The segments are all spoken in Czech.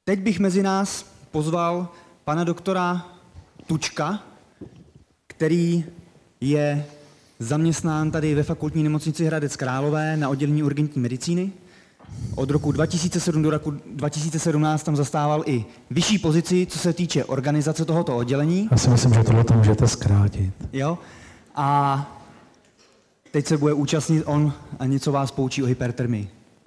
Teď bych mezi nás pozval pana doktora Tučka, který je zaměstnán tady ve Fakultní nemocnici Hradec Králové na oddělení urgentní medicíny. Od roku 2007 do roku 2017 tam zastával i vyšší pozici, co se týče organizace tohoto oddělení. Já si myslím, že tohle to můžete zkrátit. Jo. A teď se bude účastnit on a něco vás poučí o hypertermii.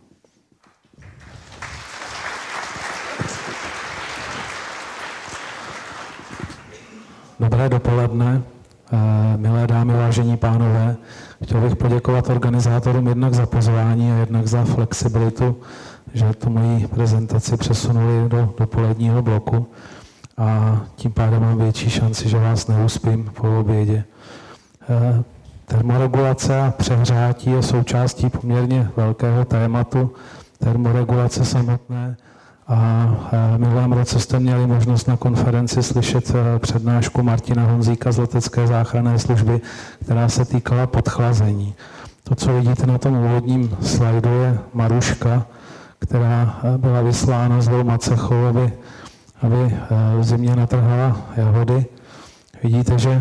Dobré dopoledne, milé dámy, vážení pánové. Chtěl bych poděkovat organizátorům jednak za pozvání a jednak za flexibilitu, že tu moji prezentaci přesunuli do dopoledního bloku a tím pádem mám větší šanci, že vás neuspím po obědě. Termoregulace a přehřátí je součástí poměrně velkého tématu termoregulace samotné. A v minulém roce jste měli možnost na konferenci slyšet přednášku Martina Honzíka z letecké záchranné služby, která se týkala podchlazení. To, co vidíte na tom úvodním slajdu, je Maruška, která byla vyslána z Macechou, aby v zimě natrhala jahody. Vidíte, že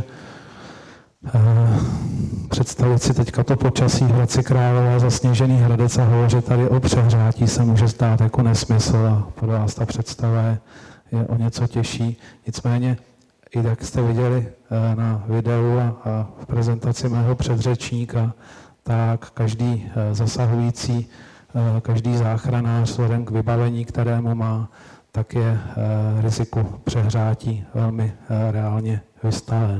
představit si teďka to počasí v Hradci Králové, zasněžený Hradec a hovořit tady o přehřátí se může stát jako nesmysl a pro vás ta představa je o něco těžší. Nicméně, i jak jste viděli na videu a v prezentaci mého předřečníka, tak každý zasahující, každý záchranář vzhledem k vybavení, kterému má, tak je riziku přehřátí velmi reálně vystaven.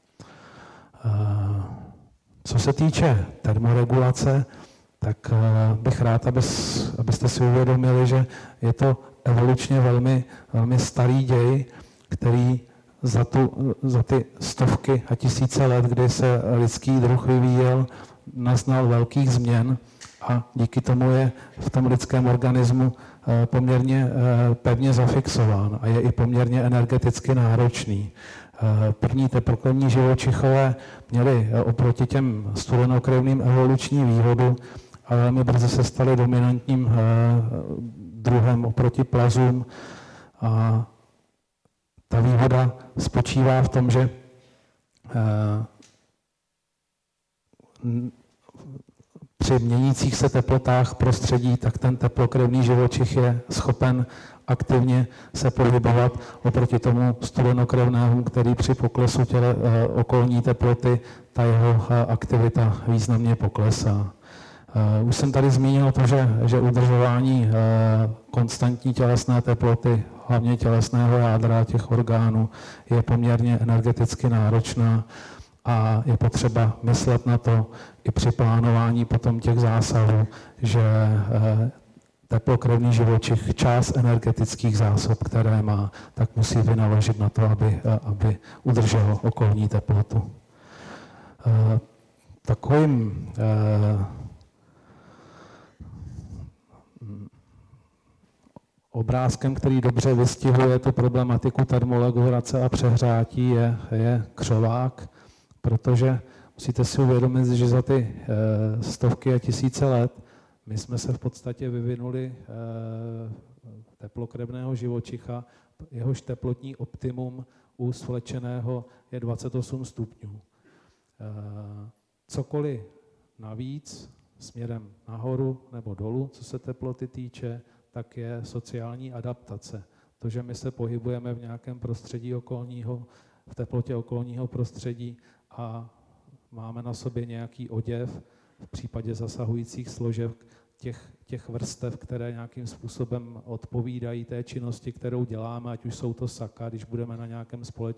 Co se týče termoregulace, tak bych rád, abyste si uvědomili, že je to evolučně velmi, velmi starý děj, který za ty stovky a tisíce let, kdy se lidský druh vyvíjel, naznal velkých změn a díky tomu je v tom lidském organismu poměrně pevně zafixován a je i poměrně energeticky náročný. První teplokrevní živočichové měli oproti těm studenokrevným evoluční výhodu a velmi brzy se stali dominantním druhem oproti plazům. A ta výhoda spočívá v tom, že při měnících se teplotách prostředí, tak ten teplokrevný živočich je schopen aktivně se pohybovat oproti tomu studenokrevnému, který při poklesu okolní teploty, ta jeho aktivita významně poklesá. Už jsem tady zmínil to, že udržování konstantní tělesné teploty, hlavně tělesného jádra těch orgánů, je poměrně energeticky náročná a je potřeba myslet na to i při plánování potom těch zásahů, že teplokrevný živočich část energetických zásob, které má, tak musí vynaložit na to, aby udržel okolní teplotu. Takovým obrázkem, který dobře vystihuje tu problematiku termoregulace a přehřátí, je křovák, protože musíte si uvědomit, že za ty stovky a tisíce let my jsme se v podstatě vyvinuli teplokrevného živočicha, jehož teplotní optimum u svlečeného je 28 stupňů. Cokoliv navíc směrem nahoru nebo dolů, co se teploty týče, tak je sociální adaptace. To, že my se pohybujeme v nějakém prostředí v teplotě okolního prostředí a máme na sobě nějaký oděv, v případě zasahujících složek těch vrstev, které nějakým způsobem odpovídají té činnosti, kterou děláme, ať už jsou to saka, když budeme na nějakém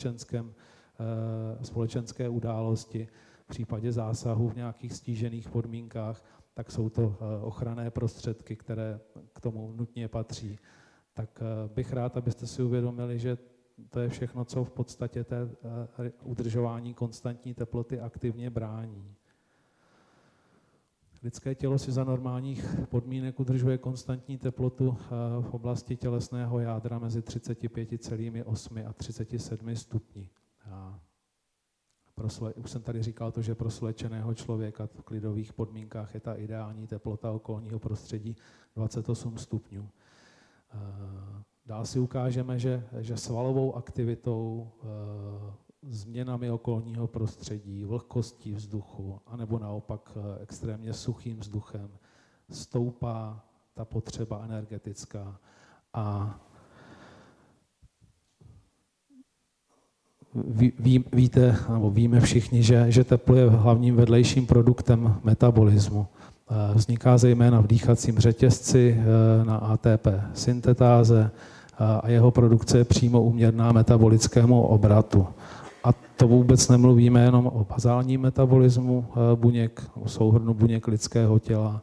společenské události, v případě zásahu v nějakých stížených podmínkách, tak jsou to ochranné prostředky, které k tomu nutně patří. Tak bych rád, abyste si uvědomili, že to je všechno, co v podstatě té udržování konstantní teploty aktivně brání. Lidské tělo si za normálních podmínek udržuje konstantní teplotu v oblasti tělesného jádra mezi 35,8 a 37 stupni. Už jsem tady říkal to, že pro svlečeného člověka v klidových podmínkách je ta ideální teplota okolního prostředí 28 stupňů. Dál si ukážeme, že svalovou aktivitou, změnami okolního prostředí, vlhkostí vzduchu, anebo naopak extrémně suchým vzduchem stoupá ta potřeba energetická a víte, nebo víme všichni, že teplo je hlavním vedlejším produktem metabolismu. Vzniká zejména v dýchacím řetězci na ATP syntetáze a jeho produkce je přímo úměrná metabolickému obratu. A to vůbec nemluvíme jenom o bazálním metabolismu buněk, o souhrnu buněk lidského těla.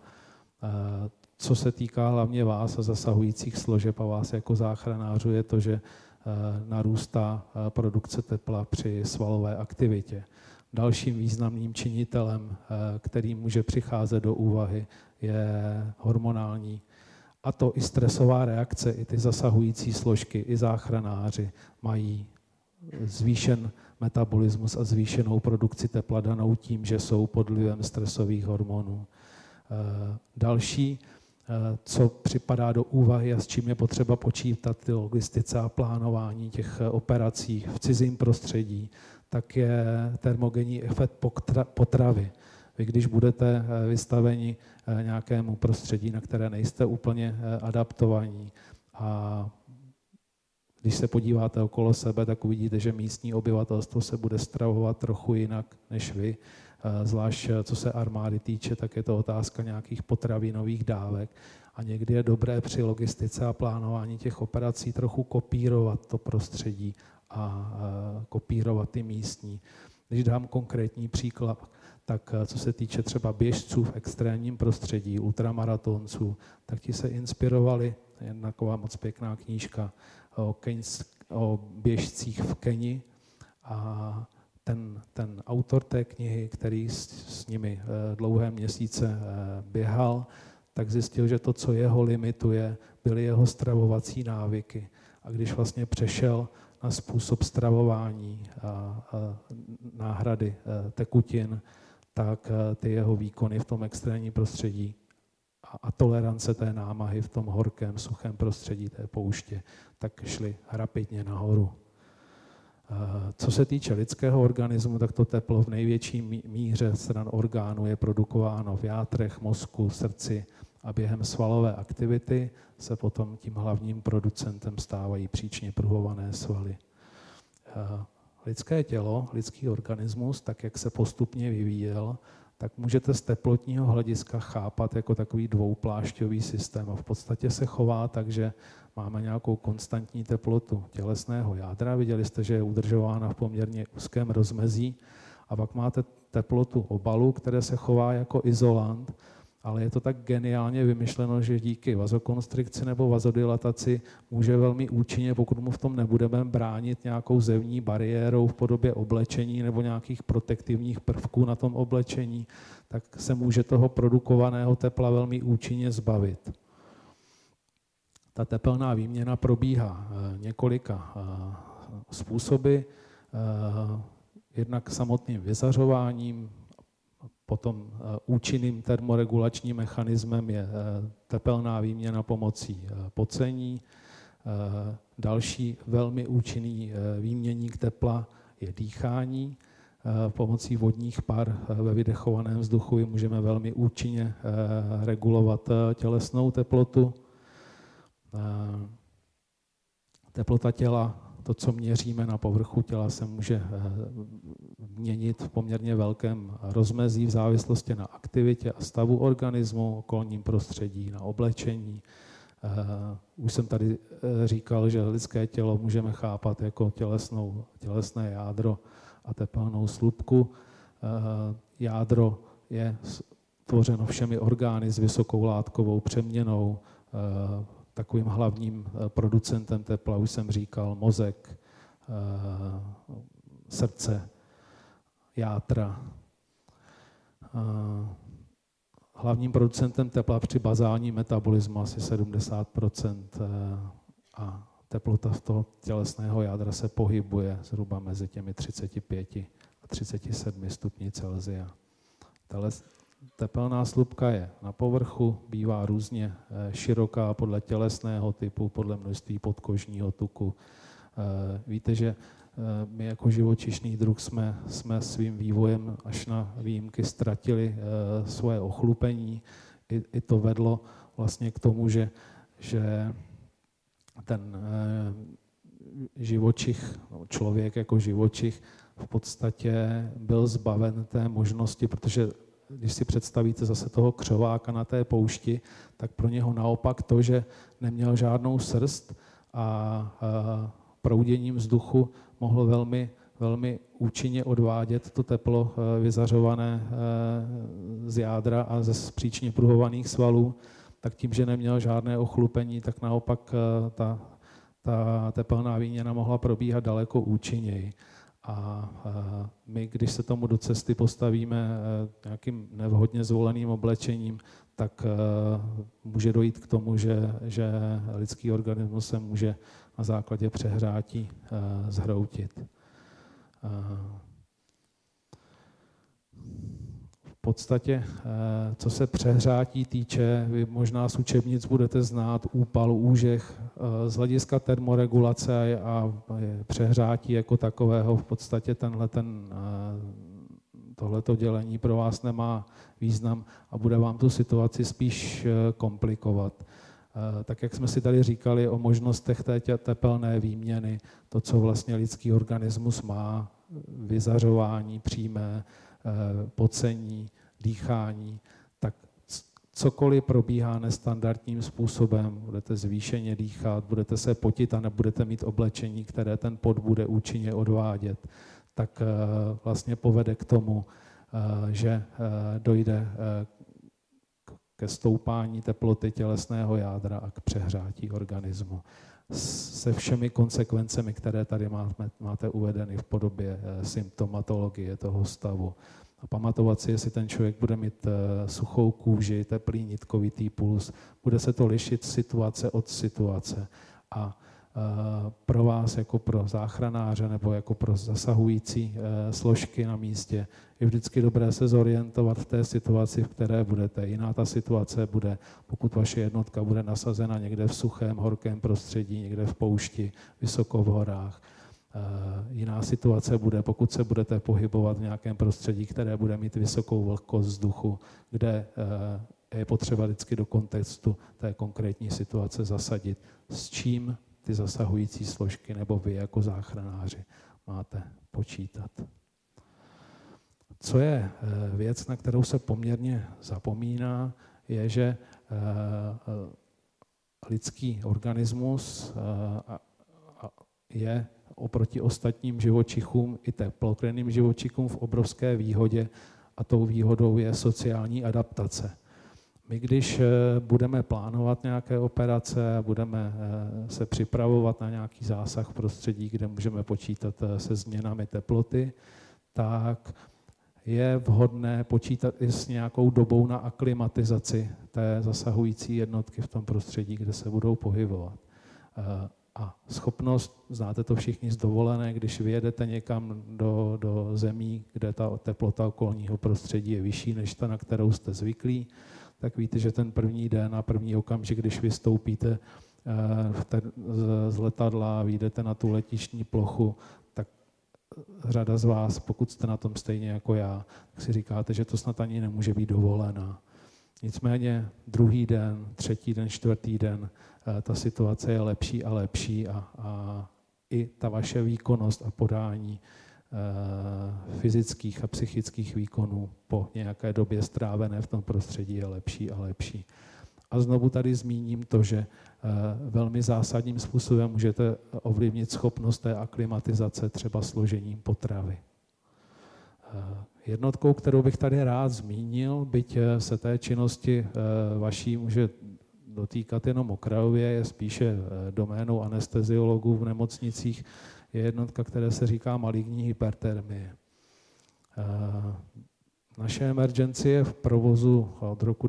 Co se týká hlavně vás a zasahujících složek a vás jako záchranářů, je to, že narůstá produkce tepla při svalové aktivitě. Dalším významným činitelem, který může přicházet do úvahy, je hormonální. A to i stresová reakce, i ty zasahující složky, i záchranáři mají zvýšen metabolismus a zvýšenou produkci tepla danou tím, že jsou pod vlivem stresových hormonů. Další, co připadá do úvahy a s čím je potřeba počítat ty logistice a plánování těch operací v cizím prostředí, tak je termogenní efekt potravy. Vy když budete vystaveni nějakému prostředí, na které nejste úplně adaptovaní a když se podíváte okolo sebe, tak uvidíte, že místní obyvatelstvo se bude stravovat trochu jinak než vy. Zvlášť co se armády týče, tak je to otázka nějakých potravinových dávek. A někdy je dobré při logistice a plánování těch operací trochu kopírovat to prostředí a kopírovat ty místní. Když dám konkrétní příklad, tak co se týče třeba běžců v extrémním prostředí, ultramaratonců, tak ti se inspirovali, je taková moc pěkná knížka o běžcích v Keni a ten autor té knihy, který s nimi dlouhé měsíce běhal, tak zjistil, že to, co jeho limituje, byly jeho stravovací návyky. A když vlastně přešel na způsob stravování a náhrady tekutin, tak ty jeho výkony v tom extrémním prostředí a tolerance té námahy v tom horkém, suchém prostředí té pouště, tak šly rapidně nahoru. Co se týče lidského organismu, tak to teplo v největší míře stran orgánů je produkováno v játrech, mozku, srdci a během svalové aktivity se potom tím hlavním producentem stávají příčně pruhované svaly. Lidské tělo, lidský organismus, tak jak se postupně vyvíjel, tak můžete z teplotního hlediska chápat jako takový dvouplášťový systém. A v podstatě se chová tak, že máme nějakou konstantní teplotu tělesného jádra. Viděli jste, že je udržována v poměrně úzkém rozmezí. A pak máte teplotu obalu, které se chová jako izolant, ale je to tak geniálně vymyšleno, že díky vazokonstrikci nebo vazodilataci může velmi účinně, pokud mu v tom nebudeme bránit nějakou zevní bariérou v podobě oblečení nebo nějakých protektivních prvků na tom oblečení, tak se může toho produkovaného tepla velmi účinně zbavit. Ta tepelná výměna probíhá několika způsoby, jednak samotným vyzařováním, potom účinným termoregulačním mechanismem je tepelná výměna pomocí pocení. Další velmi účinný výměník tepla je dýchání. Pomocí vodních par ve vydechovaném vzduchu můžeme velmi účinně regulovat tělesnou teplotu. Teplota těla, to, co měříme na povrchu těla, se může měnit v poměrně velkém rozmezí v závislosti na aktivitě a stavu organismu, okolním prostředí, na oblečení. Už jsem tady říkal, že lidské tělo můžeme chápat jako tělesné jádro a tepelnou slupku. Jádro je tvořeno všemi orgány s vysokou látkovou přeměnou. Takovým hlavním producentem tepla, už jsem říkal, mozek, srdce, játra. Hlavním producentem tepla při bazálním metabolismu asi 70% a teplota v toho tělesného jádra se pohybuje zhruba mezi těmi 35 a 37 stupni Celsia. tepelná slupka je na povrchu, bývá různě široká podle tělesného typu, podle množství podkožního tuku. Víte, že my jako živočišný druh jsme svým vývojem až na výjimky ztratili svoje ochlupení. I to vedlo vlastně k tomu, že ten živočich, člověk jako živočich v podstatě byl zbaven té možnosti, protože když si představíte zase toho křováka na té poušti, tak pro něho naopak to, že neměl žádnou srst a prouděním vzduchu mohl velmi účinně odvádět to teplo vyzařované z jádra a ze příčně pruhovaných svalů, tak tím, že neměl žádné ochlupení, tak naopak ta tepelná výměna mohla probíhat daleko účinněji. A my, když se tomu do cesty postavíme nějakým nevhodně zvoleným oblečením, tak může dojít k tomu, že lidský organismus se může na základě přehrátí zhroutit. V podstatě, co se přehrátí týče, vy možná z učebnic budete znát úpal, úžeh. Z hlediska termoregulace a přehrátí jako takového v podstatě tohleto dělení pro vás nemá význam a bude vám tu situaci spíš komplikovat. Tak jak jsme si tady říkali o možnostech té tepelné výměny, to, co vlastně lidský organismus má, vyzařování přímé, pocení, dýchání, tak cokoliv probíhá nestandardním způsobem, budete zvýšeně dýchat, budete se potit a nebudete mít oblečení, které ten pot bude účinně odvádět, tak vlastně povede k tomu, že dojde ke stoupání teploty tělesného jádra a k přehrátí organismu. Se všemi konsekvencemi, které tady máte uvedeny v podobě symptomatologie toho stavu. A pamatovat si, jestli ten člověk bude mít suchou kůži, teplý nitkovitý puls, bude se to lišit situace od situace. A pro vás jako pro záchranáře nebo jako pro zasahující složky na místě je vždycky dobré se zorientovat v té situaci, v které budete. Jiná ta situace bude, pokud vaše jednotka bude nasazena někde v suchém, horkém prostředí, někde v poušti, vysoko v horách. Jiná situace bude, pokud se budete pohybovat v nějakém prostředí, které bude mít vysokou vlhkost vzduchu, kde je potřeba vždycky do kontextu té konkrétní situace zasadit, s čím ty zasahující složky nebo vy jako záchranáři máte počítat. Co je věc, na kterou se poměrně zapomíná, je, že lidský organismus je oproti ostatním živočichům i teplokrevným živočichům v obrovské výhodě a tou výhodou je sociální adaptace. My, když budeme plánovat nějaké operace, budeme se připravovat na nějaký zásah v prostředí, kde můžeme počítat se změnami teploty, tak je vhodné počítat i s nějakou dobou na aklimatizaci té zasahující jednotky v tom prostředí, kde se budou pohybovat. A schopnost, znáte to všichni z dovolené, když vyjedete někam do zemí, kde ta teplota okolního prostředí je vyšší než ta, na kterou jste zvyklí, tak víte, že ten první den a první okamžik, když vystoupíte z letadla a vyjdete na tu letištní plochu, tak řada z vás, pokud jste na tom stejně jako já, tak si říkáte, že to snad ani nemůže být dovolená. Nicméně druhý den, třetí den, čtvrtý den, ta situace je lepší a lepší a i ta vaše výkonnost a podání fyzických a psychických výkonů po nějaké době strávené v tom prostředí je lepší a lepší. A znovu tady zmíním to, že velmi zásadním způsobem můžete ovlivnit schopnost té aklimatizace třeba složením potravy. Jednotkou, kterou bych tady rád zmínil, byť se té činnosti vaší může dotýkat jenom okrajově, je spíše doménou anesteziologů v nemocnicích, je jednotka, která se říká maligní hypertermie. Naše emergency je v provozu od roku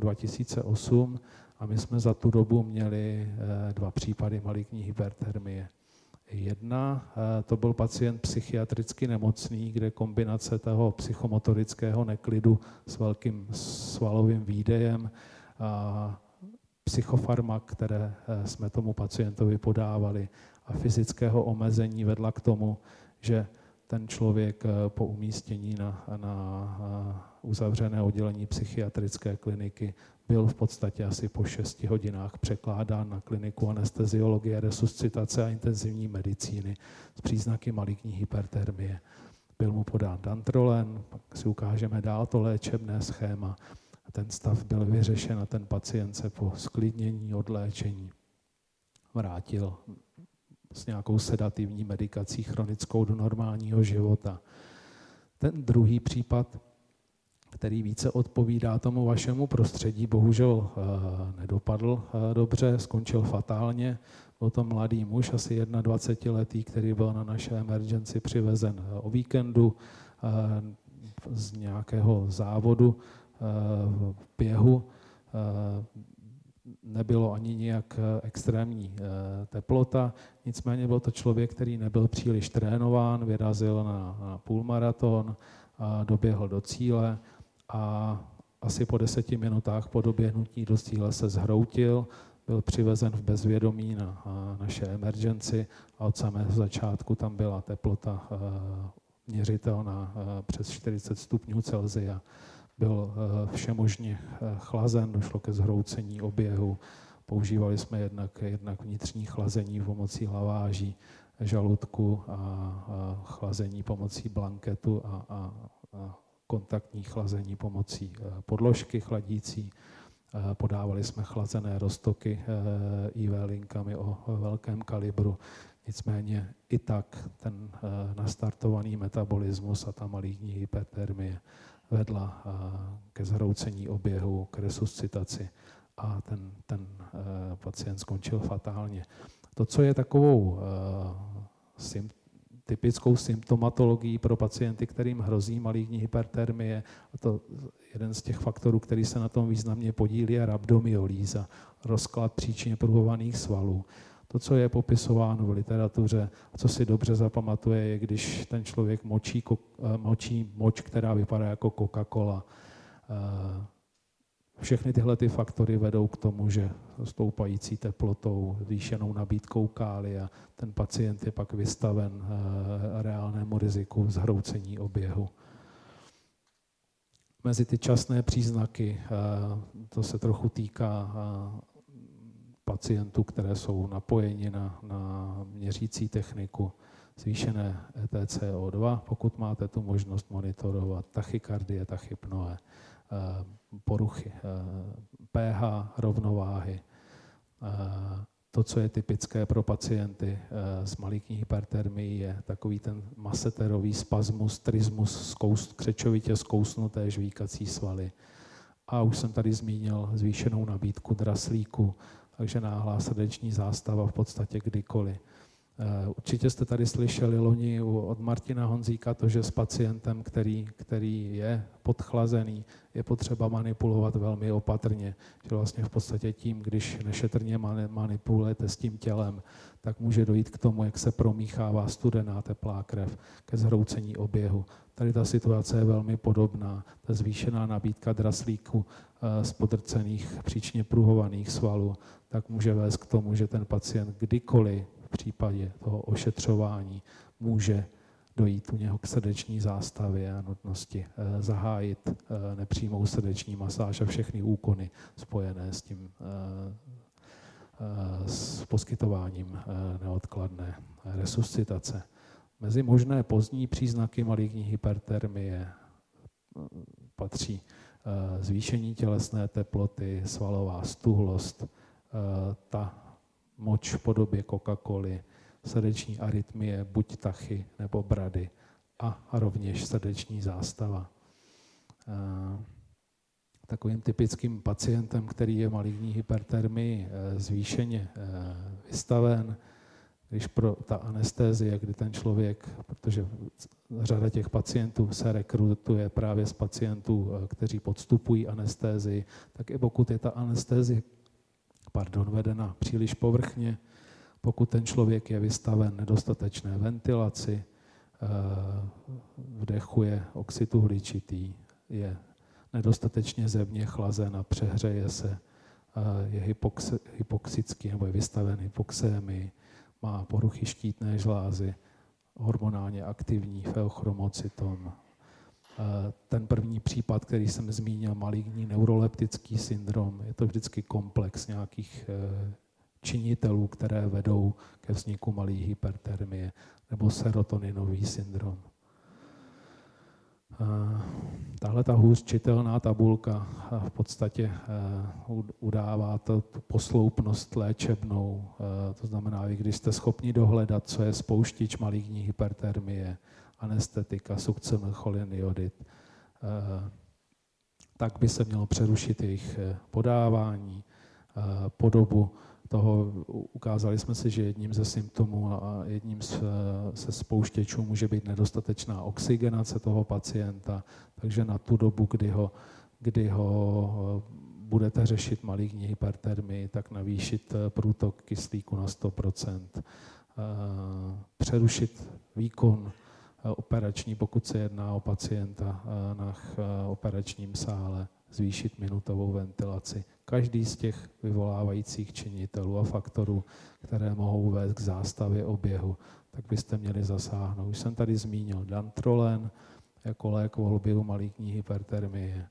2008 a my jsme za tu dobu měli 2 případy maligní hypertermie. 1. To byl pacient psychiatricky nemocný, kde kombinace toho psychomotorického neklidu s velkým svalovým výdejem a psychofarmak, které jsme tomu pacientovi podávali, a fyzického omezení vedla k tomu, že ten člověk po umístění na uzavřené oddělení psychiatrické kliniky byl v podstatě asi po 6 hodinách překládán na kliniku anesteziologie, resuscitace a intenzivní medicíny s příznaky maligní hypertermie. Byl mu podán dantrolen, pak si ukážeme dál to léčebné schéma. A ten stav byl vyřešen a ten pacient se po sklidnění, odléčení vrátil s nějakou sedativní medikací chronickou do normálního života. Ten druhý případ, který více odpovídá tomu vašemu prostředí, bohužel nedopadl dobře, skončil fatálně. Byl to mladý muž, asi 21letý, který byl na naše emergency přivezen o víkendu z nějakého závodu v běhu. Nebylo ani nějak extrémní teplota, nicméně byl to člověk, který nebyl příliš trénován, vyrazil na půlmaraton, doběhl do cíle a asi po 10 minutách po doběhnutí do cíle se zhroutil, byl přivezen v bezvědomí na naše emergency a od samého začátku tam byla teplota měřitelná přes 40 stupňů Celsia. Byl všemožně chlazen, došlo ke zhroucení oběhu. Používali jsme jednak vnitřní chlazení pomocí laváží žaludku a chlazení pomocí blanketu a kontaktní chlazení pomocí podložky chladící. Podávali jsme chlazené roztoky IV linkami o velkém kalibru. Nicméně i tak ten nastartovaný metabolismus a ta maligní hypertermie vedla ke zhroucení oběhu, k resuscitaci a ten pacient skončil fatálně. To, co je takovou typickou symptomatologií pro pacienty, kterým hrozí maligní hypertermie, a to jeden z těch faktorů, který se na tom významně podílí, je rhabdomyolýza, rozklad příčně pruhovaných svalů. To, co je popisováno v literatuře, a co si dobře zapamatuje, je, když ten člověk močí moč, která vypadá jako Coca-Cola. Všechny tyhle ty faktory vedou k tomu, že stoupající teplotou, zvýšenou nabídkou kália, ten pacient je pak vystaven reálnému riziku zhroucení oběhu. Mezi ty časné příznaky, to se trochu týká pacientů, které jsou napojeni na měřící techniku, zvýšené ETCO2, pokud máte tu možnost monitorovat, tachykardie, tachypnoe, poruchy pH, rovnováhy. To, co je typické pro pacienty s maligní hypertermií, je takový ten maseterový spasmus, trismus, křečovitě zkousnuté žvíkací svaly. A už jsem tady zmínil zvýšenou nabídku draslíku, takže náhlá srdeční zástava v podstatě kdykoliv. Určitě jste tady slyšeli loni od Martina Honzíka to, že s pacientem, který je podchlazený, je potřeba manipulovat velmi opatrně. Že vlastně v podstatě tím, když nešetrně manipulujete s tím tělem, tak může dojít k tomu, jak se promíchává studená teplá krev ke zhroucení oběhu. Tady ta situace je velmi podobná. Ta zvýšená nabídka draslíku z podrcených příčně pruhovaných svalů, tak může vést k tomu, že ten pacient kdykoliv v případě toho ošetřování může dojít u něho k srdeční zástavě a nutnosti zahájit nepřímou srdeční masáž a všechny úkony spojené s tím s poskytováním neodkladné resuscitace. Mezi možné pozdní příznaky maligní hypertermie patří zvýšení tělesné teploty, svalová stuhlost, ta moč v podobě Coca-Coly, srdeční arytmie, buď tachy nebo brady a rovněž srdeční zástava. Takovým typickým pacientem, který je maligní hypertermii zvýšeně vystaven, když pro ta anestézie, kdy ten člověk, protože řada těch pacientů se rekrutuje právě z pacientů, kteří podstupují anestézii, tak i pokud je ta anestézie vedena příliš povrchně, Pokud ten člověk je vystaven nedostatečné ventilaci, vdechuje oxid uhličitý, je nedostatečně zevně chlazen a přehřeje se, je hypoxický nebo je vystaven hypoxémii, má poruchy štítné žlázy, hormonálně aktivní feochromocytom. Ten první případ, který jsem zmínil, maligní neuroleptický syndrom, je to vždycky komplex nějakých činitelů, které vedou ke vzniku malé hypertermie, nebo serotoninový syndrom. Tahle ta hůř čitelná tabulka v podstatě udává tu posloupnost léčebnou. To znamená, i když jste schopni dohledat, co je spouštěč maligní hypertermie, anestetika, sukcimylcholinidit, tak by se mělo přerušit jejich podávání, podobu toho. Ukázali jsme si, že jedním ze symptomů a jedním ze spouštěčů může být nedostatečná oxygenace toho pacienta, takže na tu dobu, kdy ho budete řešit maligní hypertermii, tak navýšit průtok kyslíku na 100%, přerušit výkon operační, pokud se jedná o pacienta na operačním sále, zvýšit minutovou ventilaci. Každý z těch vyvolávajících činitelů a faktorů, které mohou vést k zástavě oběhu, tak byste měli zasáhnout. Už jsem tady zmínil dantrolen jako lék volby u maligní hypertermie.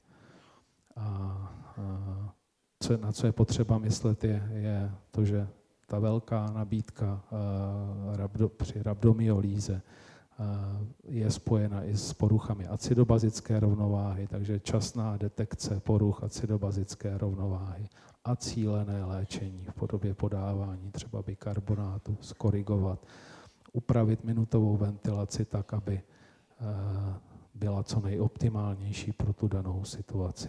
Na co je potřeba myslet, je to, že ta velká nabídka při rabdomyolíze je spojena i s poruchami acidobazické rovnováhy, takže časná detekce poruch acidobazické rovnováhy a cílené léčení v podobě podávání třeba bikarbonátu, skorigovat, upravit minutovou ventilaci tak, aby byla co nejoptimálnější pro tu danou situaci.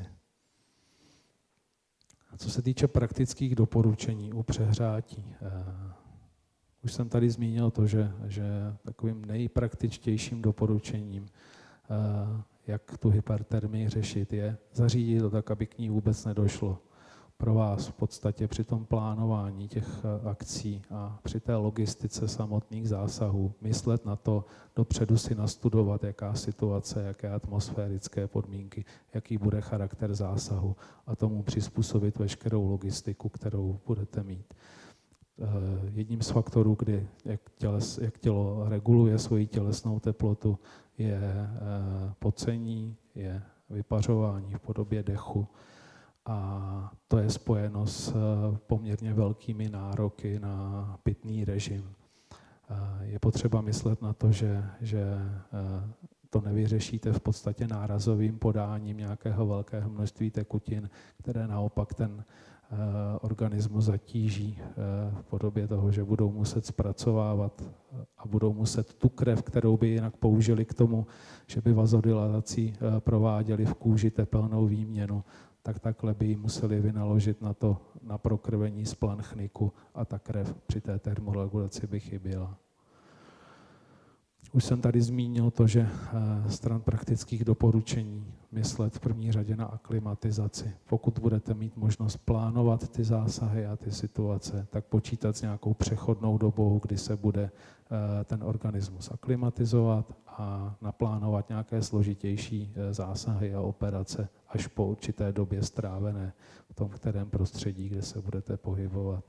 A co se týče praktických doporučení u přehřátí, už jsem tady zmínil to, že takovým nejpraktičtějším doporučením, jak tu hypertermii řešit, je zařídit to tak, aby k ní vůbec nedošlo. Pro vás v podstatě při tom plánování těch akcí a při té logistice samotných zásahů myslet na to, dopředu si nastudovat, jaká situace, jaké atmosférické podmínky, jaký bude charakter zásahu a tomu přizpůsobit veškerou logistiku, kterou budete mít. Jedním z faktorů, kdy jak tělo reguluje svoji tělesnou teplotu, je pocení, je vypařování v podobě dechu a to je spojeno s poměrně velkými nároky na pitný režim. Je potřeba myslet na to, že to nevyřešíte v podstatě nárazovým podáním nějakého velkého množství tekutin, které naopak ten organismus zatíží v podobě toho, že budou muset zpracovávat a budou muset tu krev, kterou by jinak použili k tomu, že by vazodilatací prováděli v kůži tepelnou výměnu, tak takhle by ji museli vynaložit na prokrvení z planchniku a ta krev při té termoregulaci by chyběla. Už jsem tady zmínil to, že stran praktických doporučení myslet v první řadě na aklimatizaci. Pokud budete mít možnost plánovat ty zásahy a ty situace, tak počítat s nějakou přechodnou dobou, kdy se bude ten organismus aklimatizovat a naplánovat nějaké složitější zásahy a operace až po určité době strávené v tom kterém prostředí, kde se budete pohybovat.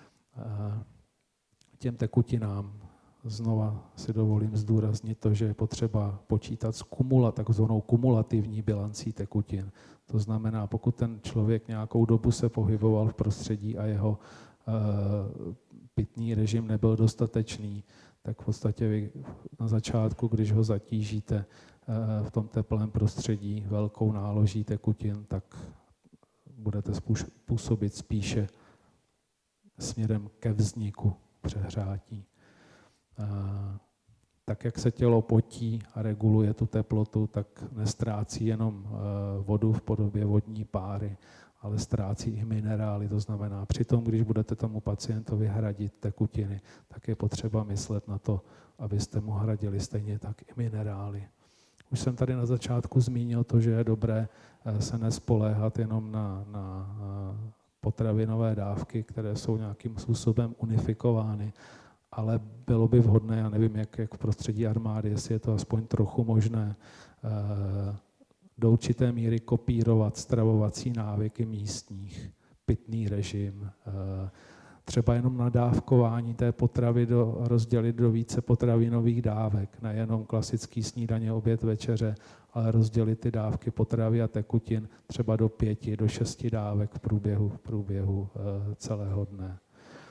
Těm tekutinám znova si dovolím zdůraznit to, že je potřeba počítat s takzvanou kumulativní bilancí tekutin. To znamená, pokud ten člověk nějakou dobu se pohyboval v prostředí a jeho pitný režim nebyl dostatečný, tak v podstatě vy na začátku, když ho zatížíte v tom teplém prostředí velkou náloží tekutin, tak budete působit spíše směrem ke vzniku přehřátí. Tak, jak se tělo potí a reguluje tu teplotu, tak nestrácí jenom vodu v podobě vodní páry, ale ztrácí i minerály. To znamená, přitom, když budete tomu pacientovi hradit tekutiny, tak je potřeba myslet na to, abyste mu hradili stejně tak i minerály. Už jsem tady na začátku zmínil to, že je dobré se nespoléhat jenom na potravinové dávky, které jsou nějakým způsobem unifikovány, ale bylo by vhodné, já nevím, jak v prostředí armády, jestli je to aspoň trochu možné, do určité míry kopírovat stravovací návyky místních, pitný režim, třeba jenom nadávkování té potravy rozdělit do více potravinových dávek, nejenom klasický snídaně, oběd, večeře, ale rozdělit ty dávky potravy a tekutin třeba do 5, do 6 dávek v průběhu celého dne.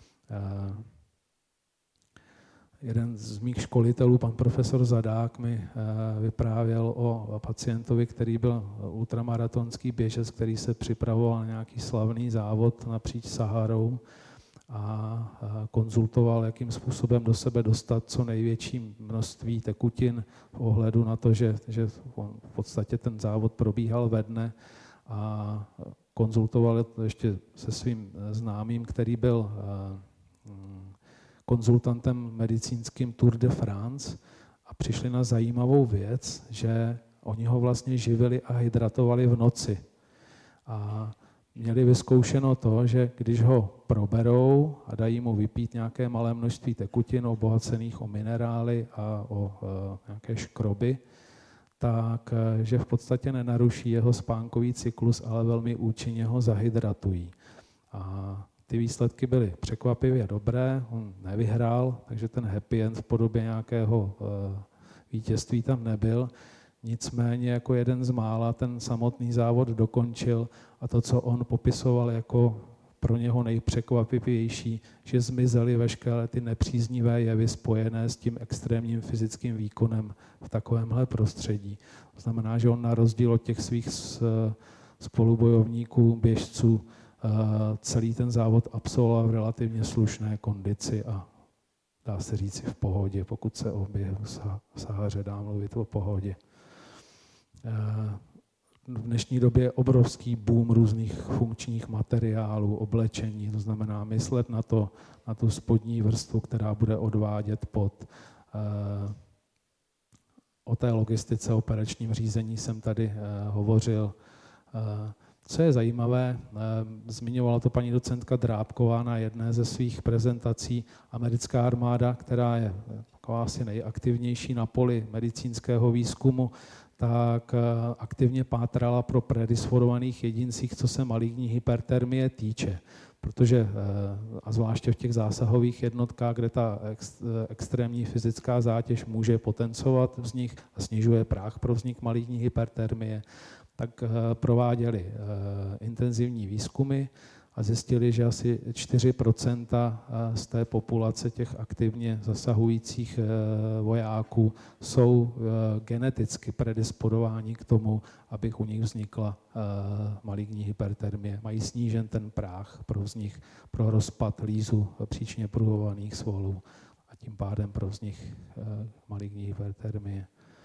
Jeden z mých školitelů, pan profesor Zadák, mi vyprávěl o pacientovi, který byl ultramaratonský běžec, který se připravoval na nějaký slavný závod napříč Saharou a konzultoval, jakým způsobem do sebe dostat co největší množství tekutin v ohledu na to, že v podstatě ten závod probíhal ve dne a konzultoval to ještě se svým známým, který byl konzultantem medicínským Tour de France a přišli na zajímavou věc, že oni ho vlastně živili a hydratovali v noci. A měli vyzkoušeno to, že když ho proberou a dají mu vypít nějaké malé množství tekutin obohacených o minerály a o nějaké škroby, tak že v podstatě nenaruší jeho spánkový cyklus, ale velmi účinně ho zahydratují. A ty výsledky byly překvapivě dobré, on nevyhrál, takže ten happy end v podobě nějakého vítězství tam nebyl. Nicméně jako jeden z mála ten samotný závod dokončil a to, co on popisoval jako pro něho nejpřekvapivější, že zmizely veškeré ty nepříznivé jevy spojené s tím extrémním fyzickým výkonem v takovémhle prostředí. To znamená, že on na rozdíl od těch svých spolubojovníků, běžců, celý ten závod absolvoval v relativně slušné kondici a dá se říci v pohodě, pokud se o běhu Sahaře dá mluvit o pohodě. V dnešní době je obrovský boom různých funkčních materiálů, oblečení, to znamená myslet na tu spodní vrstvu, která bude odvádět pot. O té logistice, operačním řízení jsem tady hovořil. Co je zajímavé, zmiňovala to paní docentka Drábková na jedné ze svých prezentací, americká armáda, která je taková asi nejaktivnější na poli medicínského výzkumu, tak aktivně pátrala pro predisponovaných jedincích, co se maligní hypertermie týče. Protože, a zvláště v těch zásahových jednotkách, kde ta extrémní fyzická zátěž může potenciovat vznik a snižuje práh pro vznik maligní hypertermie, tak prováděli intenzivní výzkumy a zjistili, že asi 4% z té populace těch aktivně zasahujících vojáků jsou geneticky predisponováni k tomu, aby u nich vznikla maligní hypertermie. Mají snížen ten práh pro rozpad lízu příčně pruhovaných svalů a tím pádem pro vznik maligní hypertermie.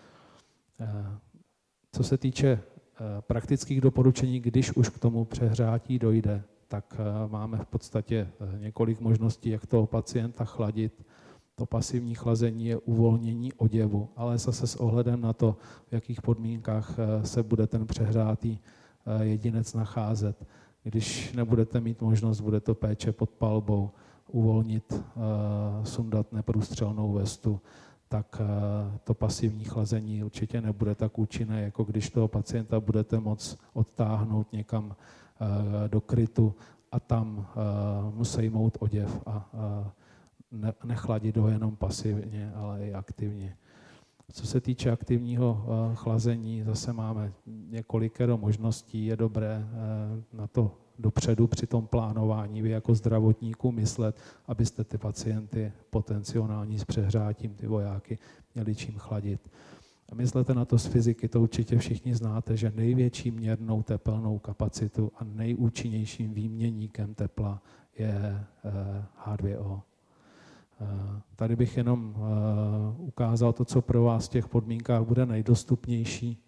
Co se týče praktických doporučení, když už k tomu přehřátí dojde, tak máme v podstatě několik možností, jak toho pacienta chladit. To pasivní chlazení je uvolnění oděvu, ale zase s ohledem na to, v jakých podmínkách se bude ten přehřátý jedinec nacházet. Když nebudete mít možnost, bude to péče pod palbou, uvolnit, sundat neprůstřelnou vestu, tak to pasivní chlazení určitě nebude tak účinné, jako když toho pacienta budete moct odtáhnout někam do krytu a tam mu sejmout oděv a nechladit ho jenom pasivně, ale i aktivně. Co se týče aktivního chlazení, zase máme několikero možností. Je dobré na to dopředu při tom plánování vy jako zdravotníků myslet, abyste ty pacienty potenciální s přehřátím, ty vojáky, měli čím chladit. A myslete na to z fyziky, to určitě všichni znáte, že největší měrnou tepelnou kapacitu a nejúčinnějším výměníkem tepla je H2O. Tady bych jenom ukázal to, co pro vás v těch podmínkách bude nejdostupnější.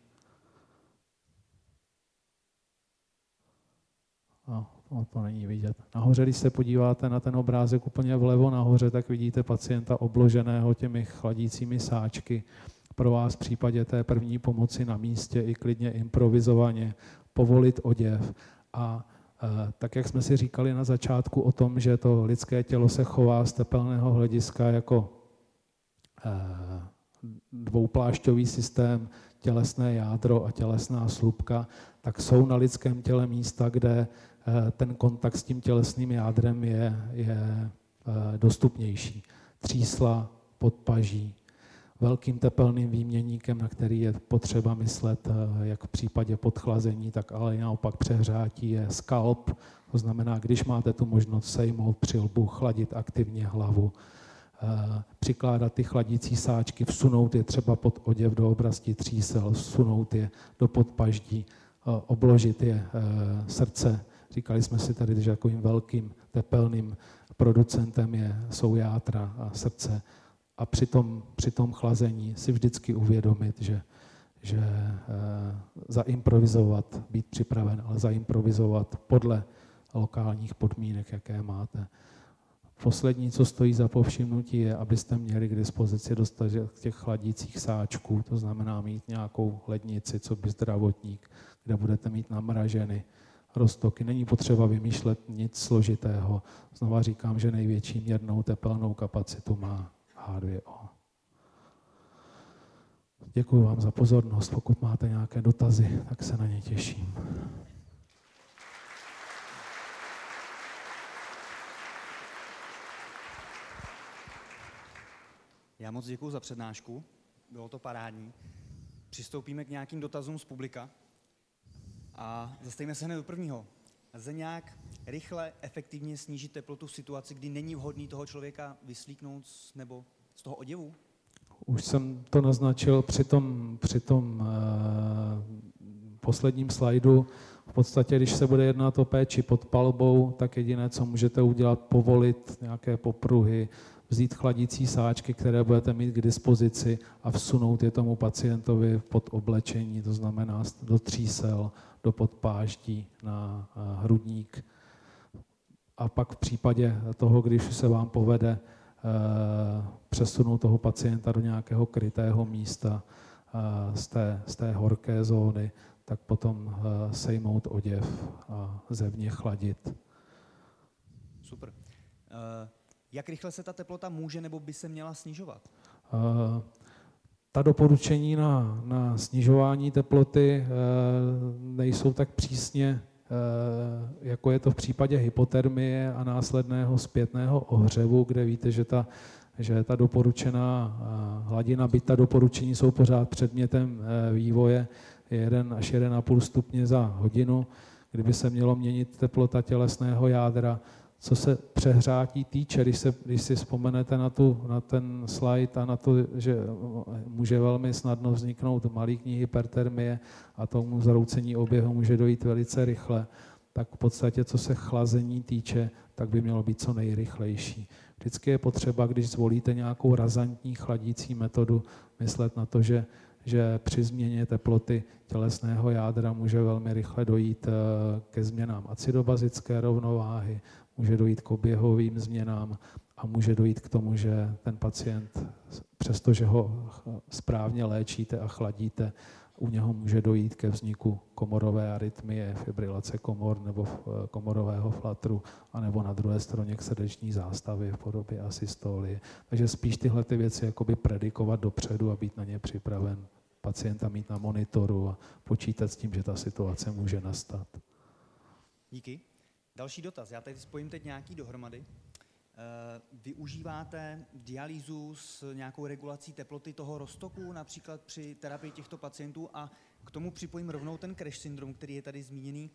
To není vidět. Nahoře, když se podíváte na ten obrázek úplně vlevo nahoře, tak vidíte pacienta obloženého těmi chladícími sáčky. Pro vás v případě té první pomoci na místě i klidně improvizovaně povolit oděv a Tak jak jsme si říkali na začátku o tom, že to lidské tělo se chová z tepelného hlediska jako dvouplášťový systém, tělesné jádro a tělesná slupka, tak jsou na lidském těle místa, kde ten kontakt s tím tělesným jádrem je dostupnější. Třísla, podpaží, velkým tepelným výměníkem, na který je potřeba myslet, jak v případě podchlazení, tak ale naopak přehřátí, je skalp. To znamená, když máte tu možnost sejmout přilbu, chladit aktivně hlavu, přikládat ty chladící sáčky, vsunout je třeba pod oděv do oblasti třísel, vsunout je do podpaždí, obložit je srdce. Říkali jsme si tady, že takovým velkým tepelným producentem jsou játra a srdce. A při tom chlazení si vždycky uvědomit, že zaimprovizovat, být připraven, ale zaimprovizovat podle lokálních podmínek, jaké máte. Poslední, co stojí za povšimnutí, je, abyste měli k dispozici dostatek těch chladících sáčků, to znamená mít nějakou lednici, co by zdravotník, kde budete mít namraženy roztoky. Není potřeba vymýšlet nic složitého. Znova říkám, že největší měrnou tepelnou kapacitu má H2O. Děkuji vám za pozornost. Pokud máte nějaké dotazy, tak se na ně těším. Já moc děkuji za přednášku, bylo to parádní. Přistoupíme k nějakým dotazům z publika a zastavíme se hned do prvního. Lze nějak rychle, efektivně snížit teplotu v situaci, kdy není vhodný toho člověka vyslíknout nebo z toho oděvu? Už jsem to naznačil při tom posledním slajdu. V podstatě, když se bude jednat o péči pod palbou, tak jediné, co můžete udělat, povolit nějaké popruhy, vzít chladící sáčky, které budete mít k dispozici a vsunout je tomu pacientovi pod oblečení, to znamená do třísel, do podpáždí, na hrudník. A pak v případě toho, když se vám povede přesunout toho pacienta do nějakého krytého místa z té horké zóny, tak potom sejmout oděv a zevně chladit. Super. Jak rychle se ta teplota může nebo by se měla snižovat? Ta doporučení na snižování teploty nejsou tak přísně, jako je to v případě hypotermie a následného zpětného ohřevu, kde víte, že ta doporučená hladina, byť ta doporučení jsou pořád předmětem vývoje, je 1 až 1,5 stupně za hodinu, kdyby se mělo měnit teplota tělesného jádra. Co se přehřátí týče, když si vzpomenete na ten slide a na to, že může velmi snadno vzniknout maligní hypertermie a tomu zhroucení oběhu může dojít velice rychle, tak v podstatě, co se chlazení týče, tak by mělo být co nejrychlejší. Vždycky je potřeba, když zvolíte nějakou razantní chladící metodu, myslet na to, že při změně teploty tělesného jádra může velmi rychle dojít ke změnám acidobazické rovnováhy, může dojít k oběhovým změnám a může dojít k tomu, že ten pacient, přestože ho správně léčíte a chladíte, u něho může dojít ke vzniku komorové arytmie, fibrilace komor nebo komorového flatru, anebo na druhé straně k srdeční zástavě v podobě asystolie. Takže spíš tyhle ty věci jakoby predikovat dopředu a být na ně připraven, pacienta mít na monitoru a počítat s tím, že ta situace může nastat. Díky. Další dotaz. Já tady spojím teď nějaký dohromady. Využíváte dialýzu s nějakou regulací teploty toho roztoku, například při terapii těchto pacientů, a k tomu připojím rovnou ten crash syndrom, který je tady zmíněný.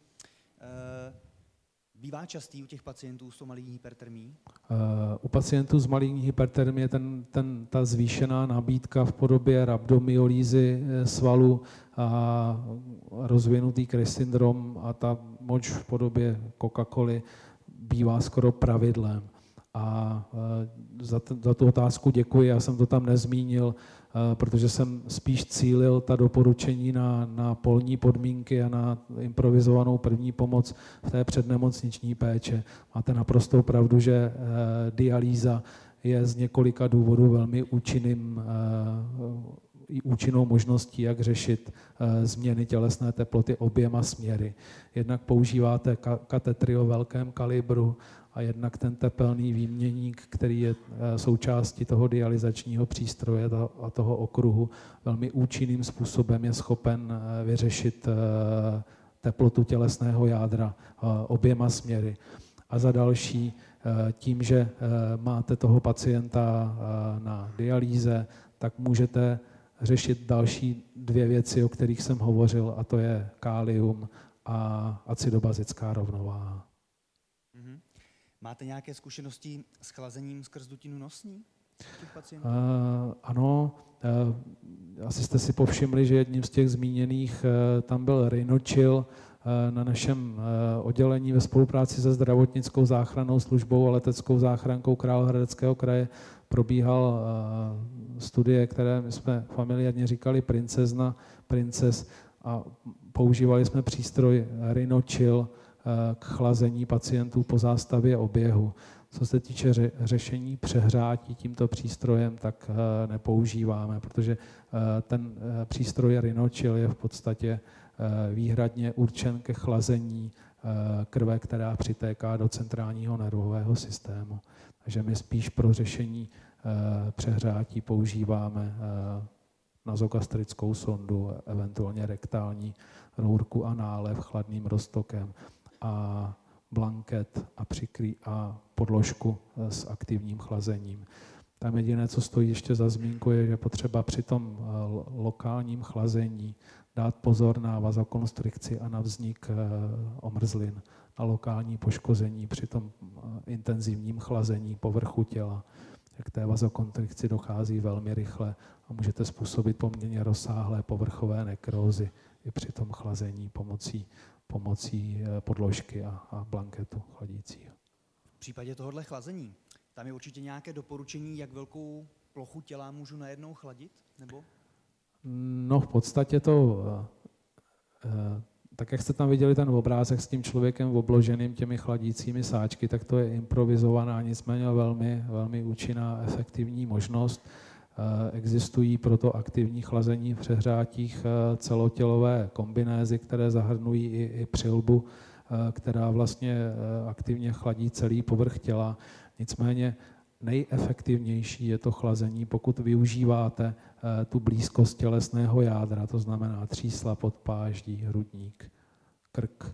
Bývá častý u těch pacientů s maligní hypertermií? U pacientů s maligní hypertermie ta zvýšená nabídka v podobě rhabdomyolízy svalu a rozvinutý crash syndrom a ta moč v podobě Coca-Coly bývá skoro pravidlem. A za tu otázku děkuji, já jsem to tam nezmínil, protože jsem spíš cílil ta doporučení na polní podmínky a na improvizovanou první pomoc v té přednemocniční péče. Máte naprostou pravdu, že dialýza je z několika důvodů velmi účinným i účinnou možností, jak řešit změny tělesné teploty oběma směry. Jednak používáte katetry o velkém kalibru a jednak ten tepelný výměník, který je součástí toho dialyzačního přístroje a toho okruhu, velmi účinným způsobem je schopen vyřešit teplotu tělesného jádra oběma směry. A za další, tím, že máte toho pacienta na dialýze, tak můžete řešit další dvě věci, o kterých jsem hovořil, a to je kálium a acidobazická rovnováha. Máte nějaké zkušenosti s chlazením skrz dutinu nosní těch pacientů? Ano, asi jste si povšimli, že jedním z těch zmíněných tam byl Rhinochill. Na našem oddělení ve spolupráci se zdravotnickou záchrannou službou a leteckou záchrankou Královéhradeckého kraje probíhal studie, které my jsme familiárně říkali Princess, a používali jsme přístroj Rhinochill k chlazení pacientů po zástavě oběhu. Co se týče řešení přehrátí tímto přístrojem, tak nepoužíváme, protože ten přístroj Rhinochill je v podstatě výhradně určen ke chlazení krve, která přitéká do centrálního nervového systému. Takže my spíš pro řešení přehrátí používáme nazogastrickou sondu, eventuálně rektální rourku a nálev chladným roztokem a blanket a podložku s aktivním chlazením. Tam jediné, co stojí ještě za zmínku, je, že potřeba při tom lokálním chlazení dát pozor na vazokonstrikci a na vznik omrzlin, na lokální poškození při tom intenzivním chlazení povrchu těla. K té vazokonstrikci dochází velmi rychle a můžete způsobit poměrně rozsáhlé povrchové nekrózy i při tom chlazení pomocí podložky a blanketu chladícího. V případě tohohle chlazení, tam je určitě nějaké doporučení, jak velkou plochu těla můžu najednou chladit? Nebo? No v podstatě to, tak jak jste tam viděli ten obrázek s tím člověkem obloženým těmi chladícími sáčky, tak to je improvizovaná, nicméně velmi, velmi účinná, efektivní možnost. Existují proto aktivní chlazení v přehřátích celotělové kombinézy, které zahrnují i přilbu, která vlastně aktivně chladí celý povrch těla. Nicméně nejefektivnější je to chlazení, pokud využíváte tu blízkost tělesného jádra, to znamená třísla, podpáždí, hrudník, krk.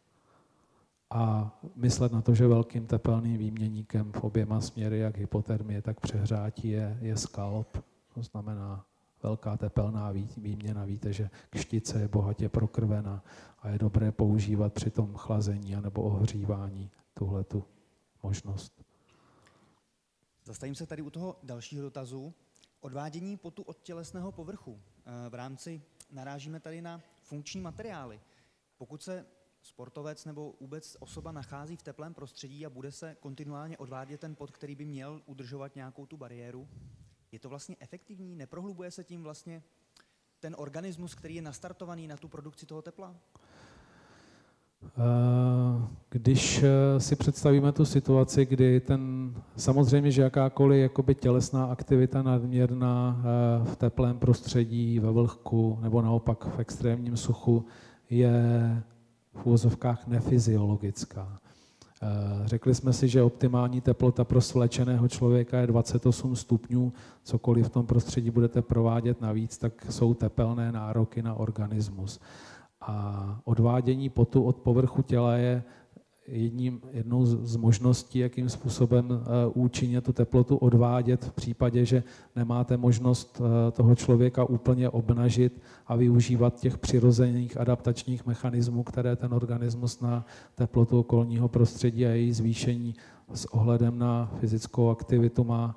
A myslet na to, že velkým tepelným výměníkem v oběma směry, jak hypotermie, tak přehřátí je skalp, to znamená velká tepelná výměna. Víte, že kštice je bohatě prokrvena a je dobré používat při tom chlazení anebo ohřívání tuhletu možnost. Zastavím se tady u toho dalšího dotazu. Odvádění potu od tělesného povrchu. V rámci narážíme tady na funkční materiály. Pokud se sportovec nebo vůbec osoba nachází v teplém prostředí a bude se kontinuálně odvádět ten pot, který by měl udržovat nějakou tu bariéru, je to vlastně efektivní? Neprohlubuje se tím vlastně ten organismus, který je nastartovaný na tu produkci toho tepla? Když si představíme tu situaci, kdy samozřejmě, že jakákoliv jakoby tělesná aktivita nadměrná v teplém prostředí, ve vlhku nebo naopak v extrémním suchu je v uvozovkách nefyziologická. Řekli jsme si, že optimální teplota pro svlečeného člověka je 28 stupňů. Cokoliv v tom prostředí budete provádět navíc, tak jsou tepelné nároky na organismus. A odvádění potu od povrchu těla je jednou z možností, jakým způsobem účinně tu teplotu odvádět v případě, že nemáte možnost toho člověka úplně obnažit a využívat těch přirozených adaptačních mechanismů, které ten organismus na teplotu okolního prostředí a její zvýšení s ohledem na fyzickou aktivitu má.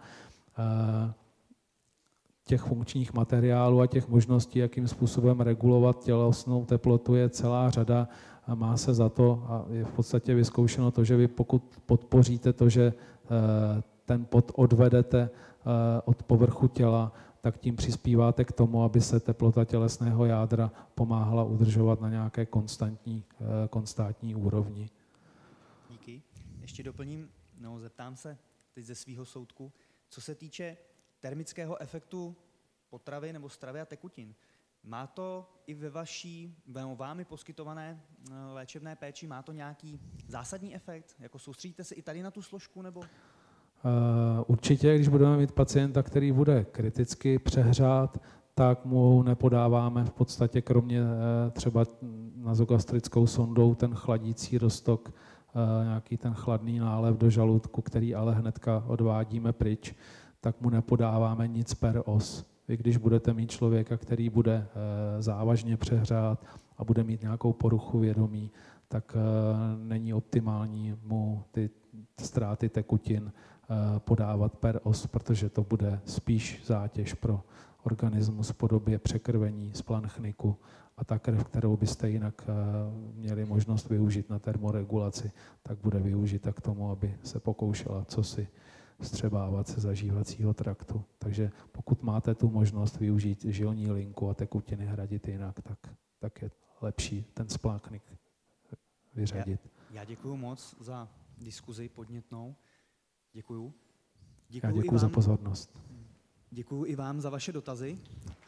Těch funkčních materiálů a těch možností, jakým způsobem regulovat tělesnou teplotu, je celá řada a má se za to a je v podstatě vyzkoušeno to, že vy pokud podpoříte to, že ten pot odvedete od povrchu těla, tak tím přispíváte k tomu, aby se teplota tělesného jádra pomáhala udržovat na nějaké konstantní úrovni. Díky. Ještě doplním, zeptám se teď ze svého soudku, co se týče termického efektu potravy nebo stravy a tekutin. Má to i ve vaší, vámi poskytované léčebné péči, má to nějaký zásadní efekt? Jako soustředíte se i tady na tu složku? Nebo? Určitě, když budeme mít pacienta, který bude kriticky přehřát, tak mu nepodáváme v podstatě kromě třeba nazogastrickou sondou ten chladící roztok, nějaký ten chladný nálev do žaludku, který ale hnedka odvádíme pryč, tak mu nepodáváme nic per os. Vy když budete mít člověka, který bude závažně přehřát a bude mít nějakou poruchu vědomí, tak není optimální mu ty ztráty tekutin podávat per os, protože to bude spíš zátěž pro organismus v podobě překrvení, splanchniku a ta krev, kterou byste jinak měli možnost využít na termoregulaci, tak bude využita k tomu, aby se pokoušela cosi vstřebávat se zažívacího traktu. Takže pokud máte tu možnost využít žilní linku a tekutiny hradit jinak, tak je lepší ten splánknik vyřadit. Já děkuji moc za diskuzi podnětnou. Děkuju. Já děkuji za pozornost. Děkuji i vám za vaše dotazy.